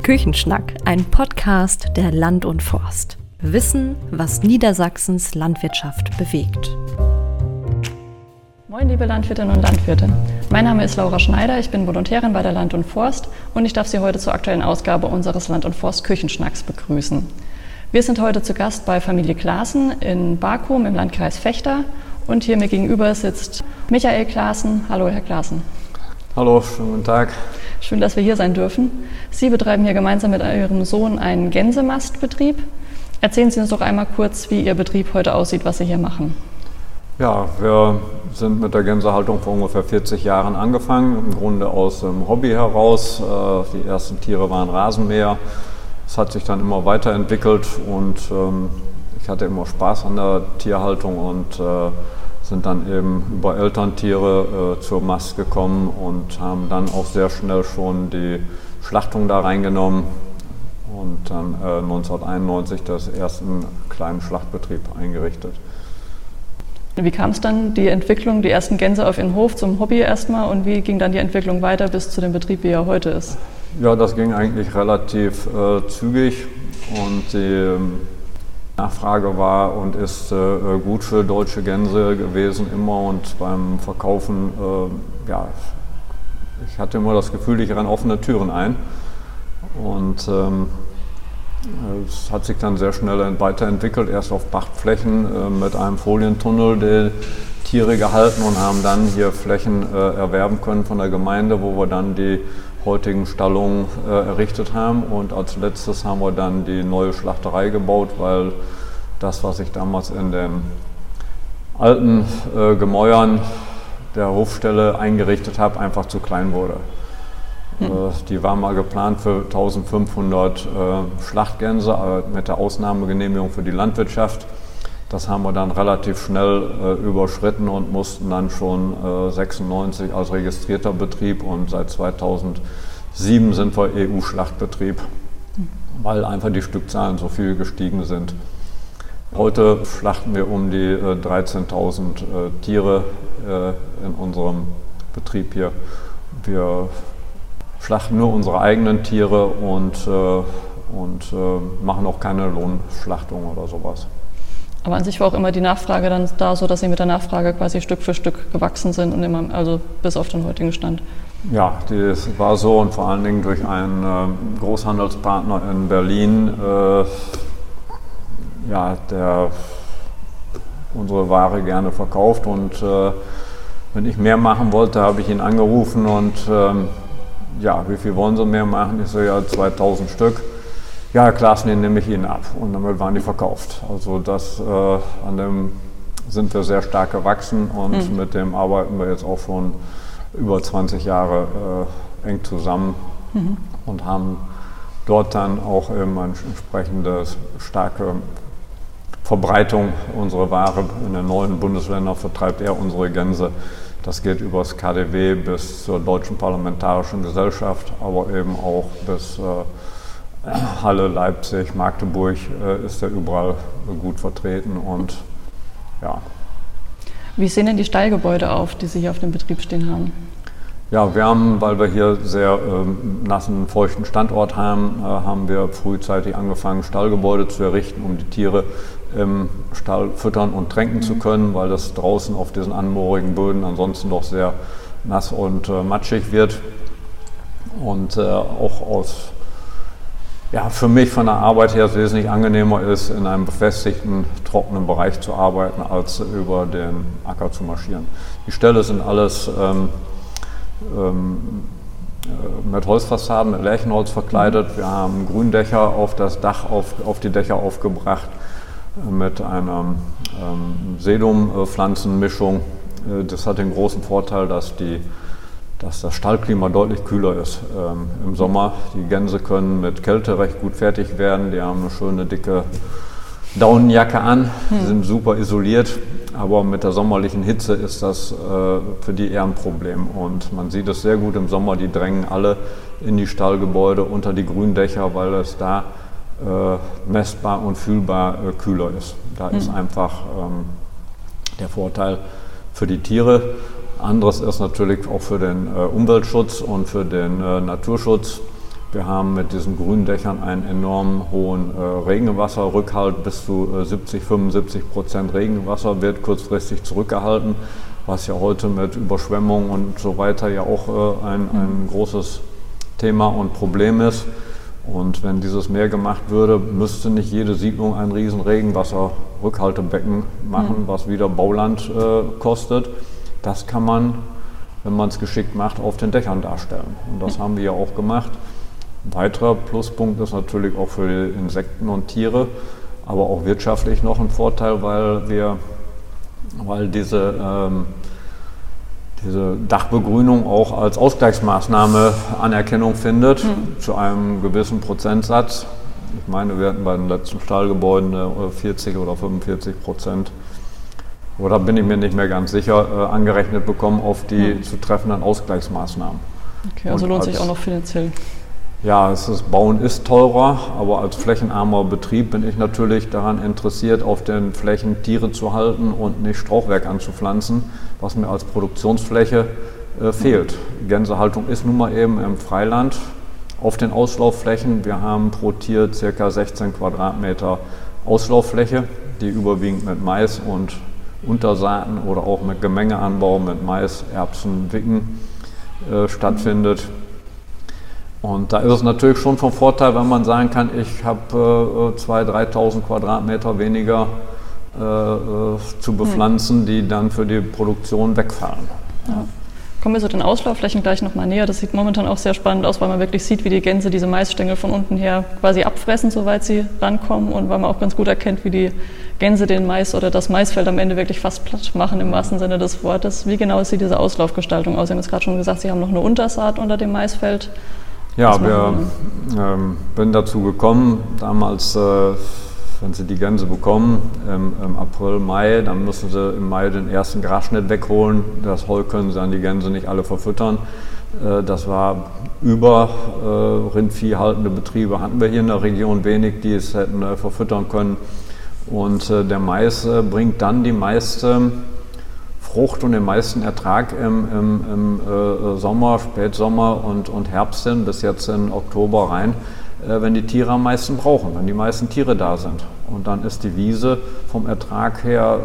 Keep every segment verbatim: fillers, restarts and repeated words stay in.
Küchenschnack, ein Podcast der Land und Forst. Wissen, was Niedersachsens Landwirtschaft bewegt. Moin liebe Landwirtinnen und Landwirte. Mein Name ist Laura Schneider, ich bin Volontärin bei der Land und Forst und ich darf Sie heute zur aktuellen Ausgabe unseres Land und Forst Küchenschnacks begrüßen. Wir sind heute zu Gast bei Familie Klaassen in Barkum im Landkreis Vechta und hier mir gegenüber sitzt Michael Klaassen. Hallo Herr Klaassen. Hallo, schönen guten Tag. Schön, dass wir hier sein dürfen. Sie betreiben hier gemeinsam mit Ihrem Sohn einen Gänsemastbetrieb. Erzählen Sie uns doch einmal kurz, wie Ihr Betrieb heute aussieht, was Sie hier machen. Ja, wir sind mit der Gänsehaltung vor ungefähr vierzig Jahren angefangen, im Grunde aus dem Hobby heraus. Die ersten Tiere waren Rasenmäher. Es hat sich dann immer weiterentwickelt und ich hatte immer Spaß an der Tierhaltung und sind dann eben über Elterntiere äh, zur Mast gekommen und haben dann auch sehr schnell schon die Schlachtung da reingenommen und dann äh, neunzehnhunderteinundneunzig das ersten kleinen Schlachtbetrieb eingerichtet. Wie kam es dann, die Entwicklung, die ersten Gänse auf Ihren Hof zum Hobby erstmal und wie ging dann die Entwicklung weiter bis zu dem Betrieb, wie er heute ist? Ja, das ging eigentlich relativ äh, zügig und die Nachfrage war und ist äh, gut für deutsche Gänse gewesen immer und beim Verkaufen, äh, ja, ich hatte immer das Gefühl, ich renne offene Türen ein und ähm, es hat sich dann sehr schnell weiterentwickelt, erst auf Pachtflächen äh, mit einem Folientunnel die Tiere gehalten und haben dann hier Flächen äh, erwerben können von der Gemeinde, wo wir dann die heutigen Stallungen äh, errichtet haben und als letztes haben wir dann die neue Schlachterei gebaut, weil das, was ich damals in den alten äh, Gemäuern der Hofstelle eingerichtet habe, einfach zu klein wurde. Hm. Äh, die war mal geplant für eintausendfünfhundert äh, Schlachtgänse äh, mit der Ausnahmegenehmigung für die Landwirtschaft. Das haben wir dann relativ schnell äh, überschritten und mussten dann schon äh, sechsundneunzig als registrierter Betrieb und seit zweitausendsieben sind wir E U-Schlachtbetrieb, mhm. weil einfach die Stückzahlen so viel gestiegen sind. Heute schlachten wir um die äh, dreizehntausend äh, Tiere äh, in unserem Betrieb hier. Wir schlachten nur unsere eigenen Tiere und, äh, und äh, machen auch keine Lohnschlachtung oder sowas. Aber an sich war auch immer die Nachfrage dann da, so dass Sie mit der Nachfrage quasi Stück für Stück gewachsen sind und immer, also bis auf den heutigen Stand. Ja, das war so und vor allen Dingen durch einen äh, Großhandelspartner in Berlin, äh, ja, der unsere Ware gerne verkauft und äh, wenn ich mehr machen wollte, habe ich ihn angerufen und ähm, ja, wie viel wollen Sie mehr machen? Ich so, ja, zweitausend Stück. Ja, Herr Klaassen, den nehme ich Ihnen ab und damit waren die verkauft. Also das, äh, an dem sind wir sehr stark gewachsen und mhm. mit dem arbeiten wir jetzt auch schon über zwanzig Jahre äh, eng zusammen mhm. und haben dort dann auch eben eine entsprechende starke Verbreitung unserer Ware. In den neuen Bundesländern vertreibt er unsere Gänse. Das geht über das K D W bis zur Deutschen Parlamentarischen Gesellschaft, aber eben auch bis äh, Halle, Leipzig, Magdeburg äh, ist er überall gut vertreten und ja. Wie sehen denn die Stallgebäude auf, die Sie hier auf dem Betrieb stehen haben? Ja, wir haben, weil wir hier sehr ähm, nassen, feuchten Standort haben, äh, haben wir frühzeitig angefangen, Stallgebäude zu errichten, um die Tiere im Stall füttern und tränken mhm. zu können, weil das draußen auf diesen anmoorigen Böden ansonsten doch sehr nass und äh, matschig wird und äh, auch aus Ja, für mich von der Arbeit her wesentlich angenehmer ist, in einem befestigten, trockenen Bereich zu arbeiten, als über den Acker zu marschieren. Die Ställe sind alles ähm, ähm, mit Holzfassaden, mit Lärchenholz verkleidet. Wir haben Gründächer auf das Dach, auf, auf die Dächer aufgebracht äh, mit einer ähm, Sedum-Pflanzenmischung. Äh, das hat den großen Vorteil, dass die dass das Stallklima deutlich kühler ist ähm, im Sommer. Die Gänse können mit Kälte recht gut fertig werden. Die haben eine schöne dicke Daunenjacke an, hm. die sind super isoliert, aber mit der sommerlichen Hitze ist das äh, für die eher ein Problem. Und man sieht es sehr gut im Sommer, die drängen alle in die Stallgebäude unter die Gründächer, weil es da äh, messbar und fühlbar äh, kühler ist. Da hm. ist einfach ähm, der Vorteil für die Tiere. Anderes ist natürlich auch für den äh, Umweltschutz und für den äh, Naturschutz. Wir haben mit diesen Gründächern einen enorm hohen äh, Regenwasserrückhalt, bis zu äh, siebzig, fünfundsiebzig Prozent Regenwasser wird kurzfristig zurückgehalten, was ja heute mit Überschwemmungen und so weiter ja auch äh, ein, ein großes Thema und Problem ist. Und wenn dieses mehr gemacht würde, müsste nicht jede Siedlung ein riesen Regenwasserrückhaltebecken machen, mhm. was wieder Bauland äh, kostet. Das kann man, wenn man es geschickt macht, auf den Dächern darstellen. Und das mhm. haben wir ja auch gemacht. Ein weiterer Pluspunkt ist natürlich auch für die Insekten und Tiere, aber auch wirtschaftlich noch ein Vorteil, weil wir, weil diese, ähm, diese Dachbegrünung auch als Ausgleichsmaßnahme Anerkennung findet, mhm. zu einem gewissen Prozentsatz. Ich meine, wir hatten bei den letzten Stahlgebäuden vierzig oder fünfundvierzig Prozent, oder bin ich mir nicht mehr ganz sicher, äh, angerechnet bekommen auf die mhm. zu treffenden Ausgleichsmaßnahmen. Okay, also und lohnt als, sich auch noch finanziell. Ja, es ist, Bauen ist teurer, aber als flächenarmer Betrieb bin ich natürlich daran interessiert, auf den Flächen Tiere zu halten und nicht Strauchwerk anzupflanzen, was mir als Produktionsfläche äh, fehlt. Die Gänsehaltung ist nun mal eben im Freiland auf den Auslaufflächen. Wir haben pro Tier ca. sechzehn Quadratmeter Auslauffläche, die überwiegend mit Mais und Untersaaten oder auch mit Gemengeanbau mit Mais, Erbsen, Wicken äh, stattfindet. Und da ist es natürlich schon von Vorteil, wenn man sagen kann, ich habe äh, zweitausend, dreitausend Quadratmeter weniger äh, äh, zu bepflanzen, die dann für die Produktion wegfallen. Ja. Kommen wir zu den Auslaufflächen gleich nochmal näher. Das sieht momentan auch sehr spannend aus, weil man wirklich sieht, wie die Gänse diese Maisstängel von unten her quasi abfressen, soweit sie rankommen, und weil man auch ganz gut erkennt, wie die Gänse den Mais oder das Maisfeld am Ende wirklich fast platt machen, im wahrsten Sinne des Wortes. Wie genau sieht diese Auslaufgestaltung aus? Sie haben jetzt gerade schon gesagt, Sie haben noch eine Untersaat unter dem Maisfeld. Ja, wir ähm, bin dazu gekommen, damals, äh, wenn Sie die Gänse bekommen, im, im April, Mai, dann müssen Sie im Mai den ersten Grasschnitt wegholen. Das Heu können Sie an die Gänse nicht alle verfüttern. Äh, das war über äh, Rindvieh haltende Betriebe, hatten wir hier in der Region wenig, die es hätten äh, verfüttern können. Und äh, der Mais äh, bringt dann die meiste Frucht und den meisten Ertrag im, im, im äh, Sommer, Spätsommer und, und Herbst hin, bis jetzt in Oktober rein, äh, wenn die Tiere am meisten brauchen, wenn die meisten Tiere da sind. Und dann ist die Wiese vom Ertrag her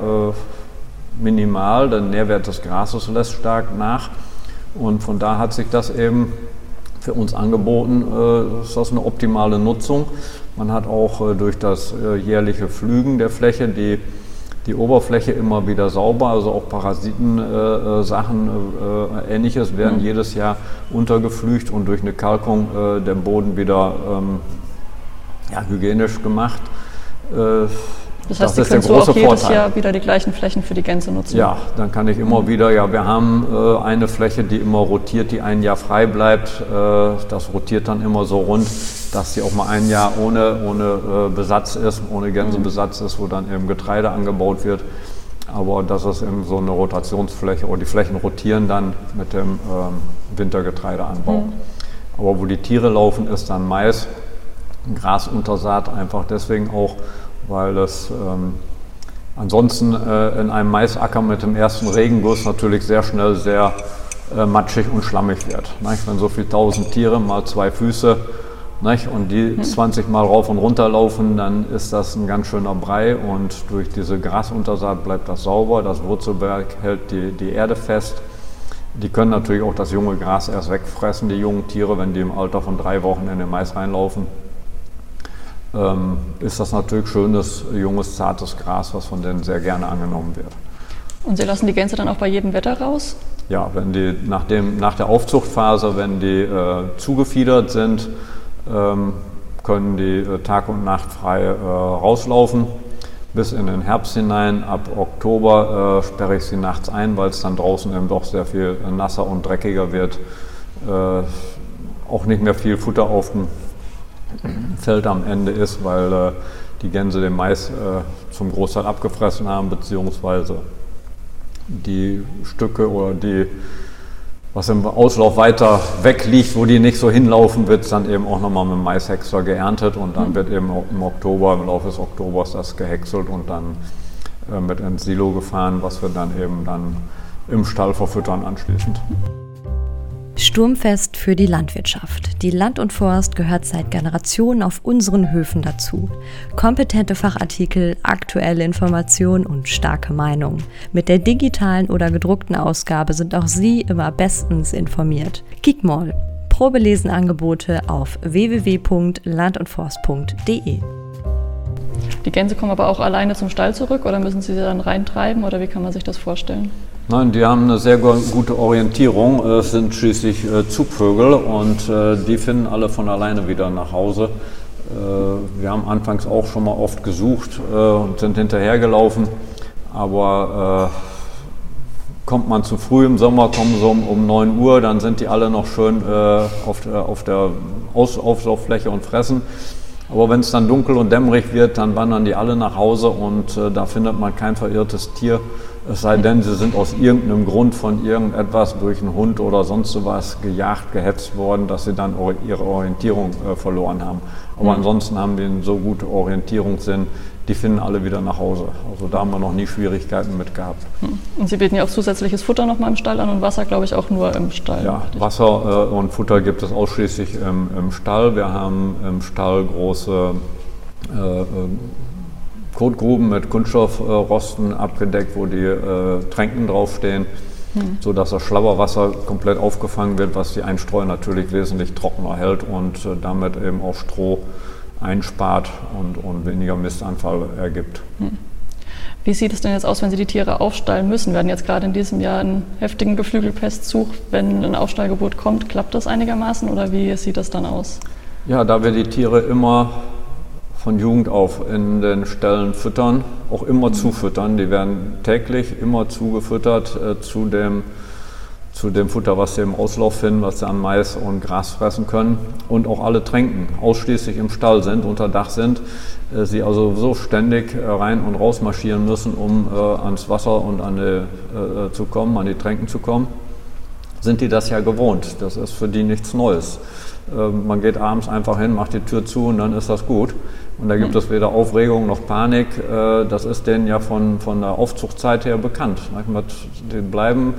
äh, minimal, der Nährwert des Grases lässt stark nach. Und von da hat sich das eben für uns angeboten, äh, ist das eine optimale Nutzung. Man hat auch äh, durch das äh, jährliche Pflügen der Fläche die die Oberfläche immer wieder sauber, also auch Parasitensachen, äh, äh, Ähnliches werden mhm. jedes Jahr untergepflügt und durch eine Kalkung äh, der Boden wieder ähm, ja, hygienisch gemacht. Äh, das heißt, Sie können so auch jedes Vorteil. Jahr wieder die gleichen Flächen für die Gänse nutzen? Ja, dann kann ich immer mhm. wieder, ja, wir haben äh, eine Fläche, die immer rotiert, die ein Jahr frei bleibt. Äh, das rotiert dann immer so rund, dass sie auch mal ein Jahr ohne, ohne äh, Besatz ist, ohne Gänsebesatz ist, wo dann eben Getreide angebaut wird. Aber das ist eben so eine Rotationsfläche, oder die Flächen rotieren dann mit dem ähm, Wintergetreideanbau. Mhm. Aber wo die Tiere laufen, ist dann Mais, Grasuntersaat, einfach deswegen auch, weil das ähm, ansonsten äh, in einem Maisacker mit dem ersten Regenguss natürlich sehr schnell sehr äh, matschig und schlammig wird. Nicht? Wenn so viele tausend Tiere mal zwei Füße, nicht? Und die zwanzig Mal rauf und runter laufen, dann ist das ein ganz schöner Brei, und durch diese Grasuntersaat bleibt das sauber, das Wurzelwerk hält die, die Erde fest. Die können natürlich auch das junge Gras erst wegfressen, die jungen Tiere, wenn die im Alter von drei Wochen in den Mais reinlaufen. Ähm, ist das natürlich schönes, junges, zartes Gras, was von denen sehr gerne angenommen wird. Und Sie lassen die Gänse dann auch bei jedem Wetter raus? Ja, wenn die nach, dem, nach der Aufzuchtphase, wenn die äh, zugefiedert sind, ähm, können die äh, Tag und Nacht frei äh, rauslaufen, bis in den Herbst hinein. Ab Oktober äh, sperre ich sie nachts ein, weil es dann draußen eben doch sehr viel nasser und dreckiger wird. Äh, auch nicht mehr viel Futter auf dem Feld am Ende ist, weil äh, die Gänse den Mais äh, zum Großteil abgefressen haben, beziehungsweise die Stücke oder die, was im Auslauf weiter weg liegt, wo die nicht so hinlaufen, wird dann eben auch nochmal mit dem Maishäcksler geerntet, und dann mhm. wird eben im Oktober, im Laufe des Oktobers das gehäckselt und dann äh, mit ins Silo gefahren, was wir dann eben dann im Stall verfüttern anschließend. Sturmfest für die Landwirtschaft. Die Land und Forst gehört seit Generationen auf unseren Höfen dazu. Kompetente Fachartikel, aktuelle Informationen und starke Meinung. Mit der digitalen oder gedruckten Ausgabe sind auch Sie immer bestens informiert. Kiek mal. Probelesenangebote auf w w w punkt land und forst punkt d e. Die Gänse kommen aber auch alleine zum Stall zurück oder müssen Sie sie dann reintreiben oder wie kann man sich das vorstellen? Nein, die haben eine sehr gute Orientierung. Es sind schließlich äh, Zugvögel und äh, die finden alle von alleine wieder nach Hause. Äh, wir haben anfangs auch schon mal oft gesucht äh, und sind hinterhergelaufen, aber äh, kommt man zu früh im Sommer, kommen so um, um neun Uhr, dann sind die alle noch schön äh, auf, auf der Aus- Auflauffläche und fressen. Aber wenn es dann dunkel und dämmerig wird, dann wandern die alle nach Hause und äh, da findet man kein verirrtes Tier. Es sei denn, sie sind aus irgendeinem Grund von irgendetwas durch einen Hund oder sonst sowas gejagt, gehetzt worden, dass sie dann ihre Orientierung äh, verloren haben. Aber mhm. ansonsten haben die einen so guten Orientierungssinn, die finden alle wieder nach Hause. Also da haben wir noch nie Schwierigkeiten mit gehabt. Und Sie bieten ja auch zusätzliches Futter noch mal im Stall an und Wasser, glaube ich, auch nur im Stall. Ja, Wasser äh, und Futter gibt es ausschließlich im, im Stall. Wir haben im Stall große äh, Kotgruben mit Kunststoffrosten äh, abgedeckt, wo die äh, Tränken draufstehen, hm. sodass das Schlabberwasser komplett aufgefangen wird, was die Einstreu natürlich wesentlich trockener hält und äh, damit eben auch Stroh einspart und, und weniger Mistanfall ergibt. Hm. Wie sieht es denn jetzt aus, wenn Sie die Tiere aufstallen müssen? Wir hatten jetzt gerade in diesem Jahr einen heftigen Geflügelpestzug. Wenn ein Aufstallgebot kommt, klappt das einigermaßen oder wie sieht das dann aus? Ja, da wir die Tiere immer von Jugend auf in den Ställen füttern, auch immer mhm. zufüttern. Die werden täglich immer zugefüttert äh, zu, dem, zu dem Futter, was sie im Auslauf finden, was sie an Mais und Gras fressen können. Und auch alle Tränken ausschließlich im Stall sind, unter Dach sind. Äh, sie also so ständig äh, rein und raus marschieren müssen, um äh, ans Wasser und an die, äh, zu kommen, an die Tränken zu kommen. Sind die das ja gewohnt. Das ist für die nichts Neues. Äh, man geht abends einfach hin, macht die Tür zu und dann ist das gut. Und da gibt es weder Aufregung noch Panik. Das ist denen ja von, von der Aufzuchtzeit her bekannt. Die bleiben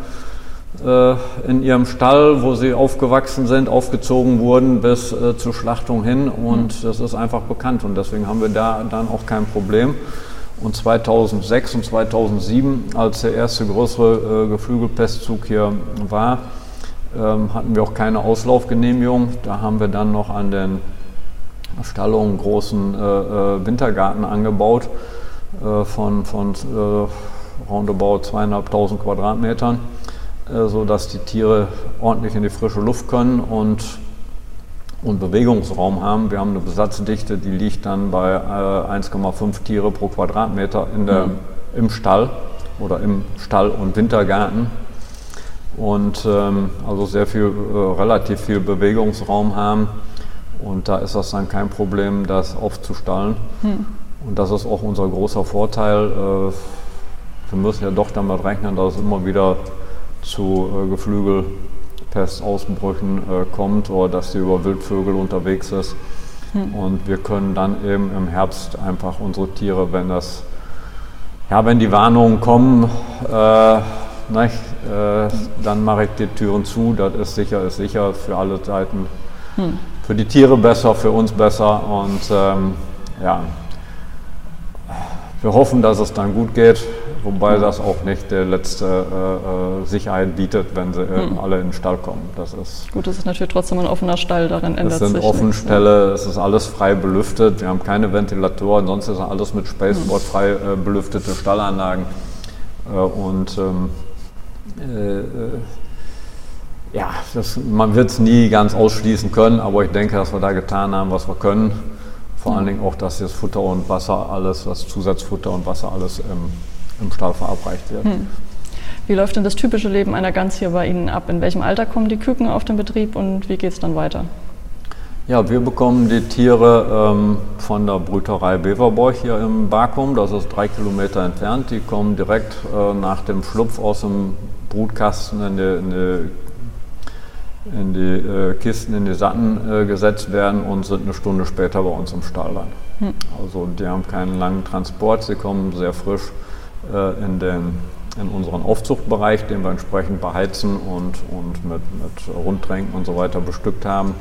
in ihrem Stall, wo sie aufgewachsen sind, aufgezogen wurden bis zur Schlachtung hin. Und das ist einfach bekannt. Und deswegen haben wir da dann auch kein Problem. Und zweitausendsechs und zweitausendsieben, als der erste größere Geflügelpestzug hier war, hatten wir auch keine Auslaufgenehmigung. Da haben wir dann noch an den Stallung einen großen äh, Wintergarten angebaut äh, von, von äh, roundabout zweieinhalbtausend Quadratmetern, äh, sodass die Tiere ordentlich in die frische Luft können und, und Bewegungsraum haben. Wir haben eine Besatzdichte, die liegt dann bei äh, eins Komma fünf Tiere pro Quadratmeter in der, mhm. im Stall oder im Stall- und Wintergarten. Und ähm, also sehr viel, äh, relativ viel Bewegungsraum haben. Und da ist das dann kein Problem, das aufzustallen. Hm. Und das ist auch unser großer Vorteil. Wir müssen ja doch damit rechnen, dass es immer wieder zu Geflügelpestausbrüchen kommt oder dass sie über Wildvögel unterwegs ist. Hm. Und wir können dann eben im Herbst einfach unsere Tiere, wenn das, ja, wenn die Warnungen kommen, äh, nicht, äh, dann mache ich die Türen zu. Das ist sicher, ist sicher für alle Seiten. Hm. Für die Tiere besser, für uns besser und ähm, ja, wir hoffen, dass es dann gut geht, wobei das auch nicht die letzte äh, Sicherheit bietet, wenn sie äh, hm. alle in den Stall kommen. Das ist gut, es ist natürlich trotzdem ein offener Stall, daran ändert sich nichts. Es sind Offenställe, es ist alles frei belüftet, wir haben keine Ventilatoren, sonst ist alles mit Spaceboard hm. frei äh, belüftete Stallanlagen äh, und ähm, äh, äh, Ja, das, man wird es nie ganz ausschließen können, aber ich denke, dass wir da getan haben, was wir können. Vor allen Dingen auch, dass das Futter und Wasser, alles, das Zusatzfutter und Wasser, alles im, im Stall verabreicht wird. Hm. Wie läuft denn das typische Leben einer Gans hier bei Ihnen ab? In welchem Alter kommen die Küken auf den Betrieb und wie geht es dann weiter? Ja, wir bekommen die Tiere ähm, von der Brüterei Beverborg hier im Bakum, das ist drei Kilometer entfernt. Die kommen direkt äh, nach dem Schlupf aus dem Brutkasten in die, in die in die äh, Kisten, in die Satten äh, gesetzt werden und sind eine Stunde später bei uns im Stall dann. Hm. Also die haben keinen langen Transport, sie kommen sehr frisch äh, in, den, in unseren Aufzuchtbereich, den wir entsprechend beheizen und, und mit, mit Rundtränken und so weiter bestückt haben.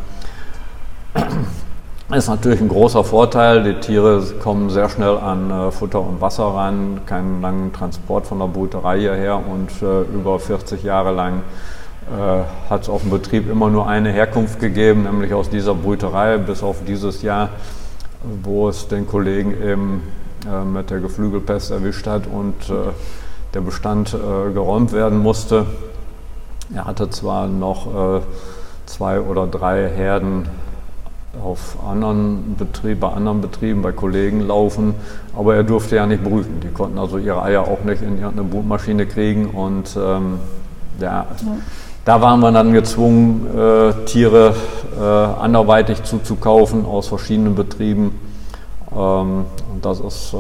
Ist natürlich ein großer Vorteil, die Tiere kommen sehr schnell an äh, Futter und Wasser ran, keinen langen Transport von der Brüterei hierher und äh, über vierzig Jahre lang äh, hat es auf dem Betrieb immer nur eine Herkunft gegeben, nämlich aus dieser Brüterei, bis auf dieses Jahr, wo es den Kollegen eben äh, mit der Geflügelpest erwischt hat und äh, der Bestand äh, geräumt werden musste. Er hatte zwar noch äh, zwei oder drei Herden auf anderen Betrieben, bei anderen Betrieben, bei Kollegen laufen, aber er durfte ja nicht brüten. Die konnten also ihre Eier auch nicht in irgendeine Brutmaschine kriegen und ähm, ja, ja, da waren wir dann gezwungen, äh, Tiere äh, anderweitig zuzukaufen aus verschiedenen Betrieben ähm, und das ist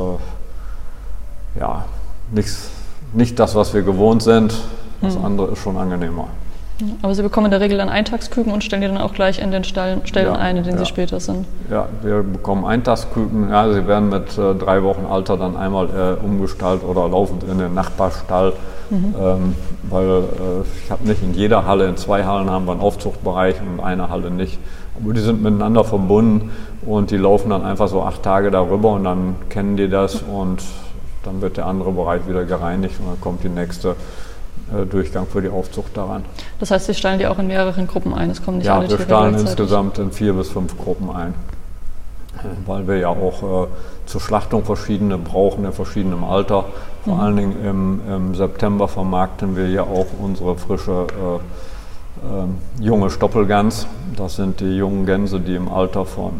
äh, ja nichts, nicht das, was wir gewohnt sind. Das mhm. andere ist schon angenehmer. Aber Sie bekommen in der Regel dann Eintagsküken und stellen die dann auch gleich in den Stall, Ställen ja, ein, in denen ja. Sie später sind? Ja, wir bekommen Eintagsküken. Ja, sie werden mit äh, drei Wochen Alter dann einmal äh, umgestallt oder laufend in den Nachbarstall. Mhm. Ähm, weil äh, ich habe nicht in jeder Halle, in zwei Hallen haben wir einen Aufzuchtbereich und eine Halle nicht. Aber die sind miteinander verbunden und die laufen dann einfach so acht Tage darüber und dann kennen die das und dann wird der andere Bereich wieder gereinigt und dann kommt die nächste Durchgang für die Aufzucht daran. Das heißt, Sie stellen die auch in mehreren Gruppen ein? Es kommen nicht ja, alle wir Tiere stellen insgesamt in vier bis fünf Gruppen ein, weil wir ja auch äh, zur Schlachtung verschiedene brauchen, in verschiedenem Alter. Vor mhm. allen Dingen im, im September vermarkten wir ja auch unsere frische äh, äh, junge Stoppelgans. Das sind die jungen Gänse, die im Alter von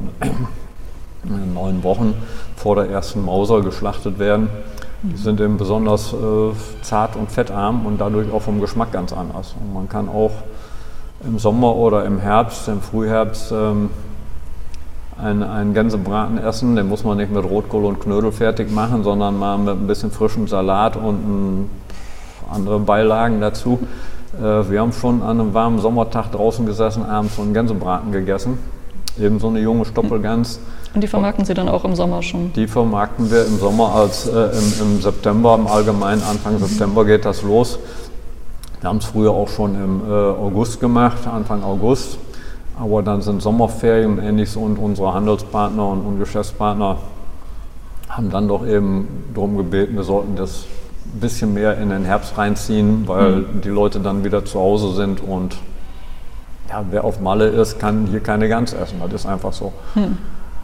neun Wochen vor der ersten Mauser geschlachtet werden. Die sind eben besonders äh, zart und fettarm und dadurch auch vom Geschmack ganz anders. Und man kann auch im Sommer oder im Herbst, im Frühherbst, ähm, einen, einen Gänsebraten essen. Den muss man nicht mit Rotkohl und Knödel fertig machen, sondern mal mit ein bisschen frischem Salat und ein, andere Beilagen dazu. Äh, wir haben schon an einem warmen Sommertag draußen gesessen, abends so einen Gänsebraten gegessen. Eben so eine junge Stoppelgans. Und die vermarkten Sie dann auch im Sommer schon? Die vermarkten wir im Sommer, als äh, im, im September, im Allgemeinen Anfang September geht das los. Wir haben es früher auch schon im äh, August gemacht, Anfang August. Aber dann sind Sommerferien ähnlich so und unsere Handelspartner und, und Geschäftspartner haben dann doch eben darum gebeten, wir sollten das ein bisschen mehr in den Herbst reinziehen, weil mhm. die Leute dann wieder zu Hause sind und ja, wer auf Malle ist, kann hier keine Gans essen. Das ist einfach so. Mhm.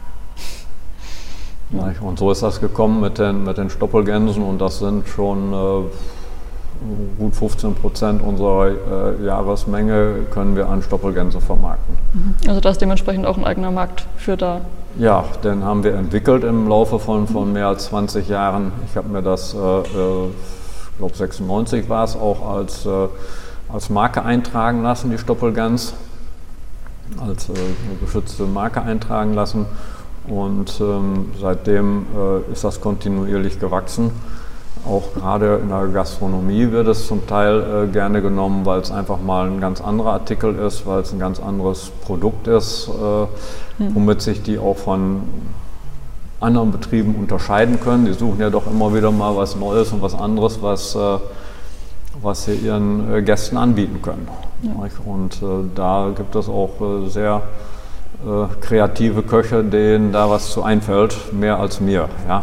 Und so ist das gekommen mit den, mit den Stoppelgänsen und das sind schon äh, gut fünfzehn Prozent unserer äh, Jahresmenge können wir an Stoppelgänse vermarkten. Also da ist dementsprechend auch ein eigener Markt für da? Ja, den haben wir entwickelt im Laufe von, von mehr als zwanzig Jahren. Ich habe mir das, äh, ich glaube sechsundneunzig war es, auch als, äh, als Marke eintragen lassen, die Stoppelgans, als äh, geschützte Marke eintragen lassen. Und ähm, seitdem äh, ist das kontinuierlich gewachsen. Auch gerade in der Gastronomie wird es zum Teil äh, gerne genommen, weil es einfach mal ein ganz anderer Artikel ist, weil es ein ganz anderes Produkt ist, äh, mhm. womit sich die auch von anderen Betrieben unterscheiden können. Die suchen ja doch immer wieder mal was Neues und was anderes, was, äh, was sie ihren äh, Gästen anbieten können. Ja. Und äh, da gibt es auch äh, sehr Äh, kreative Köche, denen da was zu einfällt, mehr als mir. Ja.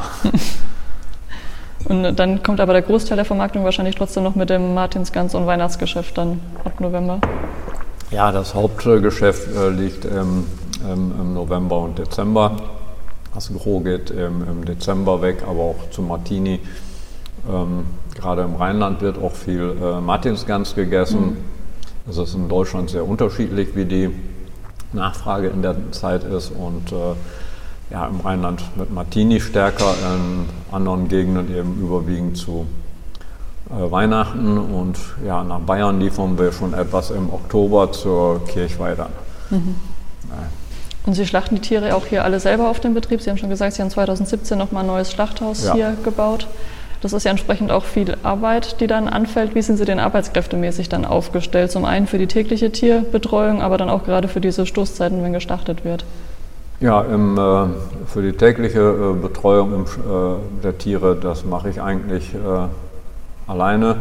Und dann kommt aber der Großteil der Vermarktung wahrscheinlich trotzdem noch mit dem Martinsgans- und Weihnachtsgeschäft dann ab November? Ja, das Hauptgeschäft äh, liegt im, im, im November und Dezember. Das Gros geht im, im Dezember weg, aber auch zu Martini. Ähm, gerade im Rheinland wird auch viel äh, Martinsgans gegessen. Es mhm. ist in Deutschland sehr unterschiedlich, wie die Nachfrage in der Zeit ist und äh, ja, im Rheinland mit Martini stärker, in anderen Gegenden eben überwiegend zu äh, Weihnachten und ja, nach Bayern liefern wir schon etwas im Oktober zur Kirchweih dann. Mhm. Ja. Und Sie schlachten die Tiere auch hier alle selber auf dem Betrieb? Sie haben schon gesagt, Sie haben zweitausendsiebzehn nochmal ein neues Schlachthaus ja. hier gebaut. Das ist ja entsprechend auch viel Arbeit, die dann anfällt. Wie sind Sie denn arbeitskräftemäßig dann aufgestellt? Zum einen für die tägliche Tierbetreuung, aber dann auch gerade für diese Stoßzeiten, wenn geschlachtet wird. Ja, im, äh, für die tägliche äh, Betreuung im, äh, der Tiere, das mache ich eigentlich äh, alleine.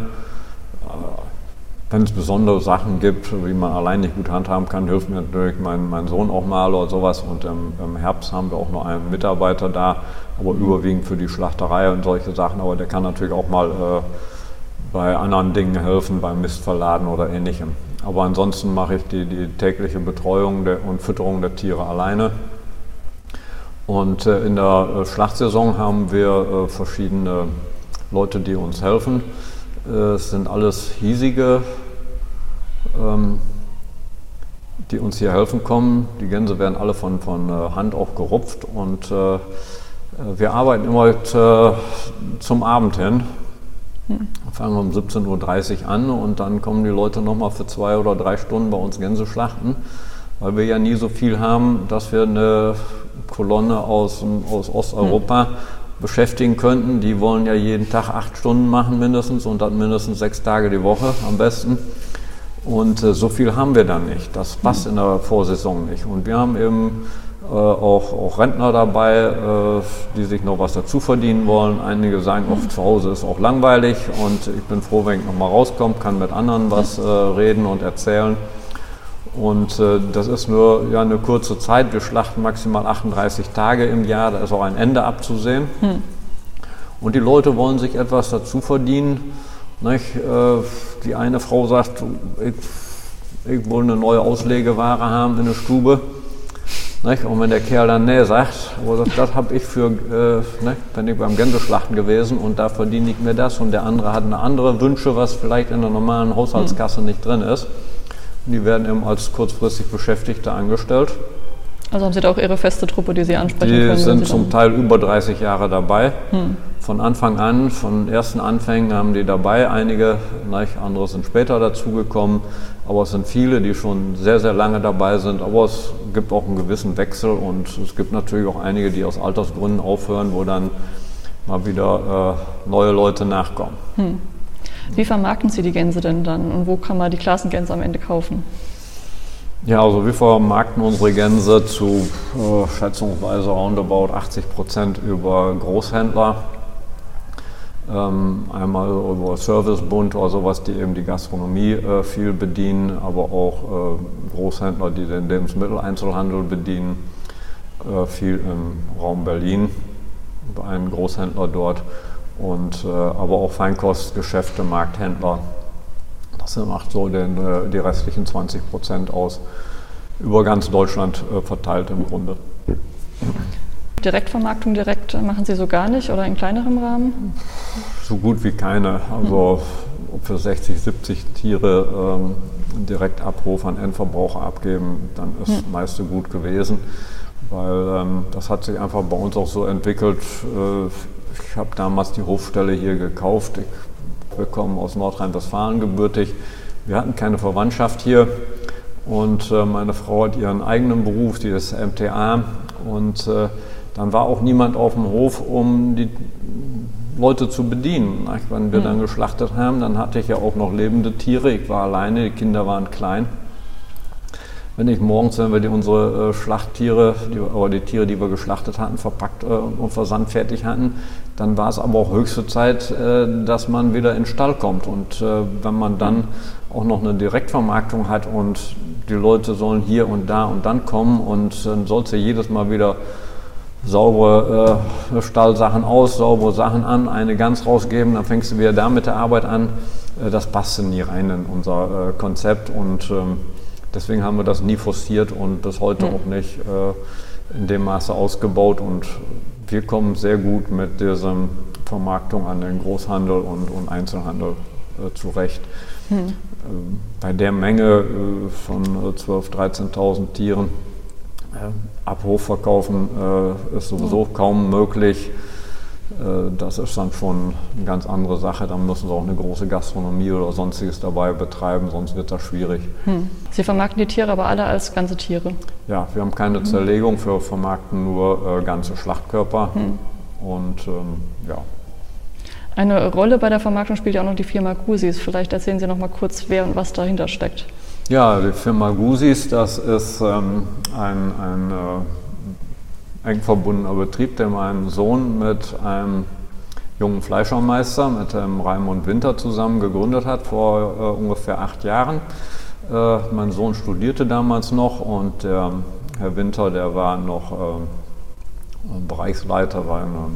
Wenn es besondere Sachen gibt, wie man allein nicht gut handhaben kann, hilft mir natürlich mein, mein Sohn auch mal oder sowas. Und im, im Herbst haben wir auch noch einen Mitarbeiter da, aber überwiegend für die Schlachterei und solche Sachen. Aber der kann natürlich auch mal äh, bei anderen Dingen helfen, beim Mistverladen oder Ähnlichem. Aber ansonsten mache ich die, die tägliche Betreuung der, und Fütterung der Tiere alleine. Und äh, in der äh, Schlachtsaison haben wir äh, verschiedene Leute, die uns helfen. Äh, es sind alles hiesige, ähm, die uns hier helfen kommen. Die Gänse werden alle von, von äh, Hand auch gerupft und äh, wir arbeiten immer äh, zum Abend hin. Hm. Fangen wir um siebzehn Uhr dreißig an und dann kommen die Leute nochmal für zwei oder drei Stunden bei uns Gänse schlachten, weil wir ja nie so viel haben, dass wir eine Kolonne aus, aus Osteuropa hm. beschäftigen könnten. Die wollen ja jeden Tag acht Stunden machen mindestens und dann mindestens sechs Tage die Woche am besten. Und äh, so viel haben wir dann nicht. Das passt hm. in der Vorsaison nicht. Und wir haben eben Äh, auch, auch Rentner dabei, äh, die sich noch was dazu verdienen wollen. Einige sagen oft, zu Hause ist auch langweilig und ich bin froh, wenn ich noch mal rauskomme, kann mit anderen was äh, reden und erzählen. Und äh, das ist nur ja, eine kurze Zeit. Wir schlachten maximal achtunddreißig Tage im Jahr, da ist auch ein Ende abzusehen. Hm. Und die Leute wollen sich etwas dazu verdienen. Nicht? Äh, die eine Frau sagt, ich, ich will eine neue Auslegeware haben in der Stube. Nicht? Und wenn der Kerl dann nee sagt, aber das, das habe ich für, äh, ne, bin ich beim Gänseschlachten gewesen und da verdiene ich mir das und der andere hat eine andere Wünsche, was vielleicht in der normalen Haushaltskasse nicht drin ist. Und die werden eben als kurzfristig Beschäftigte angestellt. Also haben Sie da auch Ihre feste Truppe, die Sie ansprechen die können? Die sind zum Teil über dreißig Jahre dabei. Hm. Von Anfang an, von ersten Anfängen haben die dabei. Einige, nicht, andere sind später dazugekommen. Aber es sind viele, die schon sehr, sehr lange dabei sind. Aber es gibt auch einen gewissen Wechsel und es gibt natürlich auch einige, die aus Altersgründen aufhören, wo dann mal wieder äh, neue Leute nachkommen. Hm. Wie vermarkten Sie die Gänse denn dann und wo kann man die Klasengänse am Ende kaufen? Ja, also wir vermarkten unsere Gänse zu äh, schätzungsweise roundabout achtzig Prozent über Großhändler. Ähm, einmal über Servicebund oder sowas, die eben die Gastronomie äh, viel bedienen, aber auch äh, Großhändler, die den Lebensmitteleinzelhandel bedienen, äh, viel im Raum Berlin, bei einem Großhändler dort, und äh, aber auch Feinkostgeschäfte, Markthändler. Das macht so den, äh, die restlichen zwanzig Prozent aus, über ganz Deutschland äh, verteilt im Grunde. Direktvermarktung direkt machen Sie so gar nicht oder in kleinerem Rahmen? So gut wie keine. Also ob wir sechzig, siebzig Tiere ähm, direkt Abruf an Endverbraucher abgeben, dann ist hm. das meiste gut gewesen. Weil ähm, das hat sich einfach bei uns auch so entwickelt. Äh, ich habe damals die Hofstelle hier gekauft. Ich, wir kommen aus Nordrhein-Westfalen gebürtig. Wir hatten keine Verwandtschaft hier. Und äh, meine Frau hat ihren eigenen Beruf, die ist M T A. Und äh, dann war auch niemand auf dem Hof, um die Leute zu bedienen. Wenn wir dann geschlachtet haben, dann hatte ich ja auch noch lebende Tiere. Ich war alleine, die Kinder waren klein. Wenn ich morgens, wenn wir die, unsere äh, Schlachttiere, die, oder die Tiere, die wir geschlachtet hatten, verpackt äh, und versandfertig hatten, dann war es aber auch höchste Zeit, äh, dass man wieder in den Stall kommt. Und äh, wenn man dann auch noch eine Direktvermarktung hat und die Leute sollen hier und da und dann kommen und dann soll es ja jedes Mal wieder saubere äh, Stallsachen aus, saubere Sachen an, eine Gans rausgeben, dann fängst du wieder da mit der Arbeit an. Äh, das passte nie rein in unser äh, Konzept und ähm, deswegen haben wir das nie forciert und bis heute mhm. auch nicht äh, in dem Maße ausgebaut und wir kommen sehr gut mit dieser Vermarktung an den Großhandel und, und Einzelhandel äh, zurecht. Mhm. Äh, bei der Menge äh, von äh, zwölftausend, dreizehntausend Tieren Abruf verkaufen äh, ist sowieso kaum möglich. Äh, das ist dann schon eine ganz andere Sache. Dann müssen sie auch eine große Gastronomie oder sonstiges dabei betreiben, sonst wird das schwierig. Hm. Sie vermarkten die Tiere aber alle als ganze Tiere? Ja, wir haben keine hm. Zerlegung, wir vermarkten nur äh, ganze Schlachtkörper. Hm. Und ähm, ja. Eine Rolle bei der Vermarktung spielt ja auch noch die Firma Gusis. Vielleicht erzählen Sie noch mal kurz, wer und was dahinter steckt. Ja, die Firma Gusis, das ist ähm, ein, ein äh, eng verbundener Betrieb, der mein Sohn mit einem jungen Fleischermeister, mit dem Raimund Winter zusammen gegründet hat vor äh, ungefähr acht Jahren. Äh, mein Sohn studierte damals noch und der Herr Winter, der war noch äh, Bereichsleiter bei einer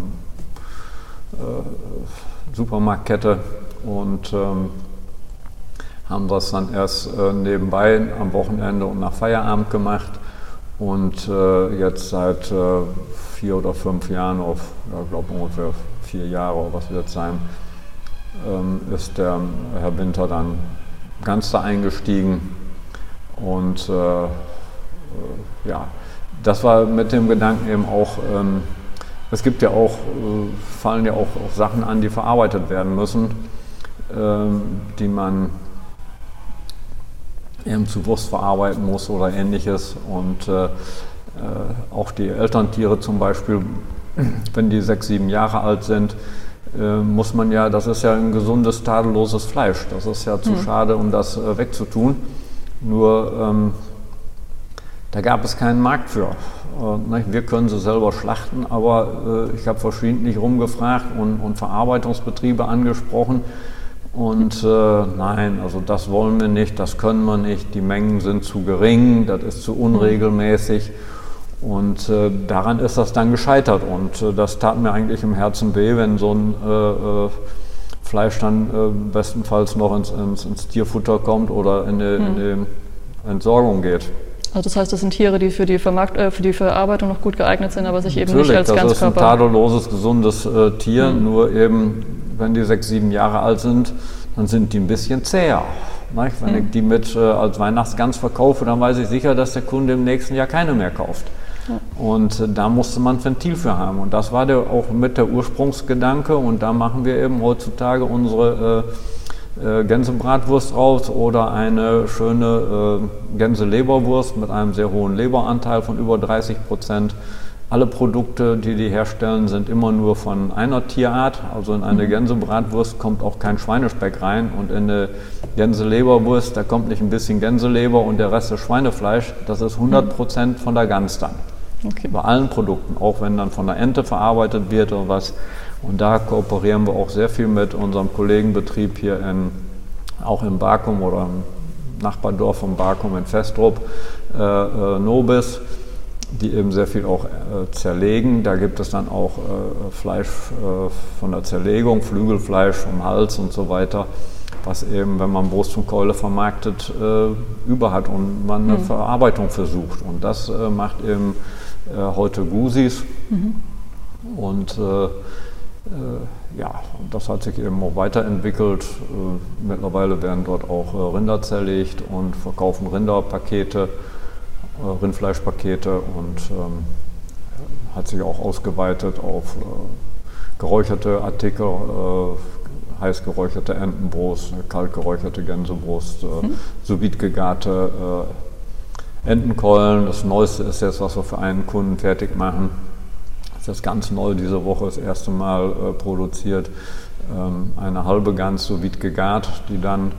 äh, Supermarktkette und ähm, haben das dann erst äh, nebenbei am Wochenende und nach Feierabend gemacht und äh, jetzt seit äh, vier oder fünf Jahren, auf, ja, ich glaube ungefähr vier Jahre oder was wird es sein, ähm, ist der Herr Winter dann ganz da eingestiegen und äh, äh, ja, das war mit dem Gedanken eben auch, ähm, es gibt ja auch, äh, fallen ja auch, auch Sachen an, die verarbeitet werden müssen, ähm, die man eben zu Wurst verarbeiten muss oder ähnliches und äh, äh, auch die Elterntiere zum Beispiel, wenn die sechs, sieben Jahre alt sind, äh, muss man ja, das ist ja ein gesundes, tadelloses Fleisch, das ist ja zu mhm. schade, um das äh, wegzutun, nur ähm, da gab es keinen Markt für. Äh, wir können sie selber schlachten, aber äh, ich habe verschiedentlich rumgefragt und, und Verarbeitungsbetriebe angesprochen. Und äh, nein, also das wollen wir nicht, das können wir nicht, die Mengen sind zu gering, das ist zu unregelmäßig und äh, daran ist das dann gescheitert und äh, das tat mir eigentlich im Herzen weh, wenn so ein äh, äh, Fleisch dann äh, bestenfalls noch ins, ins, ins Tierfutter kommt oder in die, in die Entsorgung geht. Also das heißt, das sind Tiere, die für die, Vermarkt äh, für die Verarbeitung noch gut geeignet sind, aber sich eben Natürlich, nicht als Ganzkörper... das ist ein tadelloses, gesundes äh, Tier, mhm. nur eben, wenn die sechs, sieben Jahre alt sind, dann sind die ein bisschen zäher. Nicht? Wenn mhm. ich die mit äh, als Weihnachtsgans verkaufe, dann weiß ich sicher, dass der Kunde im nächsten Jahr keine mehr kauft. Ja. Und äh, da musste man ein Ventil für haben. Und das war der, auch mit der Ursprungsgedanke. Und da machen wir eben heutzutage unsere äh, äh, Gänsebratwurst raus oder eine schöne äh, Gänseleberwurst mit einem sehr hohen Leberanteil von über dreißig Prozent. Alle Produkte, die die herstellen, sind immer nur von einer Tierart. Also in eine Gänsebratwurst kommt auch kein Schweinespeck rein und in eine Gänseleberwurst, da kommt nicht ein bisschen Gänseleber und der Rest ist Schweinefleisch. Das ist hundert Prozent von der Gans dann. Okay. Bei allen Produkten, auch wenn dann von der Ente verarbeitet wird oder was. Und da kooperieren wir auch sehr viel mit unserem Kollegenbetrieb hier in, auch in Barkum oder im Nachbardorf von Barkum in Festrup, äh, äh, Nobis, die eben sehr viel auch äh, zerlegen. Da gibt es dann auch äh, Fleisch äh, von der Zerlegung, Flügelfleisch vom Hals und so weiter, was eben, wenn man Brust und Keule vermarktet, äh, über hat und man eine mhm. Verarbeitung versucht. Und das äh, macht eben äh, heute Gusis. Mhm. Und äh, äh, ja, das hat sich eben auch weiterentwickelt. Äh, mittlerweile werden dort auch äh, Rinder zerlegt und verkaufen Rinderpakete, Rindfleischpakete und ähm, hat sich auch ausgeweitet auf äh, geräucherte Artikel, äh, heiß geräucherte Entenbrust, kalt geräucherte Gänsebrust, äh, mhm. sous vide gegarte äh, Entenkeulen. Das Neueste ist jetzt, was wir für einen Kunden fertig machen. Das ist ganz neu, diese Woche das erste Mal äh, produziert. Ähm, eine halbe Gans sous vide gegart, die dann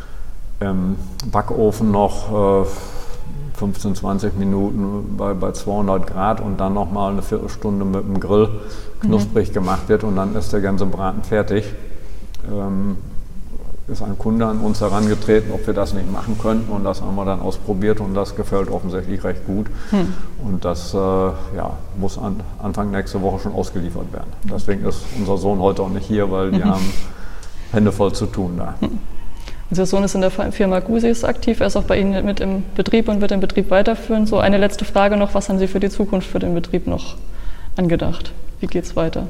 im Backofen noch äh, fünfzehn, zwanzig Minuten bei, bei zweihundert Grad und dann nochmal eine Viertelstunde mit dem Grill knusprig mhm. gemacht wird und dann ist der Gänsebraten fertig. Ähm, ist ein Kunde an uns herangetreten, ob wir das nicht machen könnten und das haben wir dann ausprobiert und das gefällt offensichtlich recht gut. Mhm. Und das äh, ja, muss an, Anfang nächste Woche schon ausgeliefert werden. Deswegen ist unser Sohn heute auch nicht hier, weil die mhm. haben Hände voll zu tun da. Mhm. Unser Sohn ist in der Firma Gusis aktiv, er ist auch bei Ihnen mit im Betrieb und wird den Betrieb weiterführen. So eine letzte Frage noch, was haben Sie für die Zukunft für den Betrieb noch angedacht? Wie geht es weiter?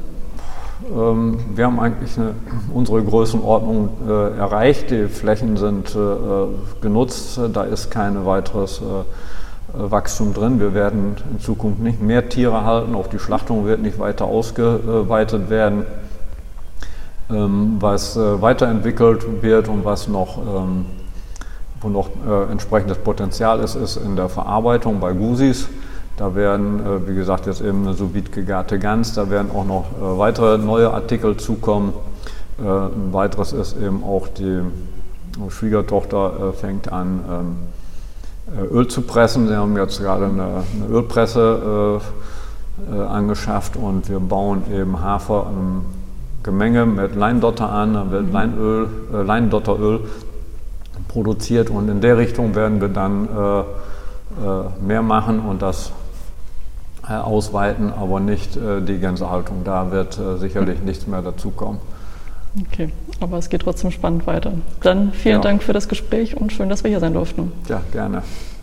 Ähm, wir haben eigentlich eine, unsere Größenordnung äh, erreicht, die Flächen sind äh, genutzt, da ist kein weiteres äh, Wachstum drin. Wir werden in Zukunft nicht mehr Tiere halten, auch die Schlachtung wird nicht weiter ausgeweitet werden. Ähm, was äh, weiterentwickelt wird und was noch, ähm, wo noch äh, entsprechendes Potenzial ist, ist in der Verarbeitung bei Gusis. Da werden, äh, wie gesagt, jetzt eben eine sous vide gegarte Gans, da werden auch noch äh, weitere neue Artikel zukommen. Äh, ein weiteres ist eben auch die Schwiegertochter äh, fängt an, ähm, Öl zu pressen. Sie haben jetzt gerade eine, eine Ölpresse äh, äh, angeschafft und wir bauen eben Hafer, ähm, Gemenge mit Leindotter an, dann wird Leinöl, äh, Leindotteröl produziert und in der Richtung werden wir dann äh, äh, mehr machen und das äh, ausweiten, aber nicht äh, die Gänsehaltung. Da wird äh, sicherlich nichts mehr dazukommen. Okay, aber es geht trotzdem spannend weiter. Dann vielen ja. Dank für das Gespräch und schön, dass wir hier sein durften. Ja, gerne.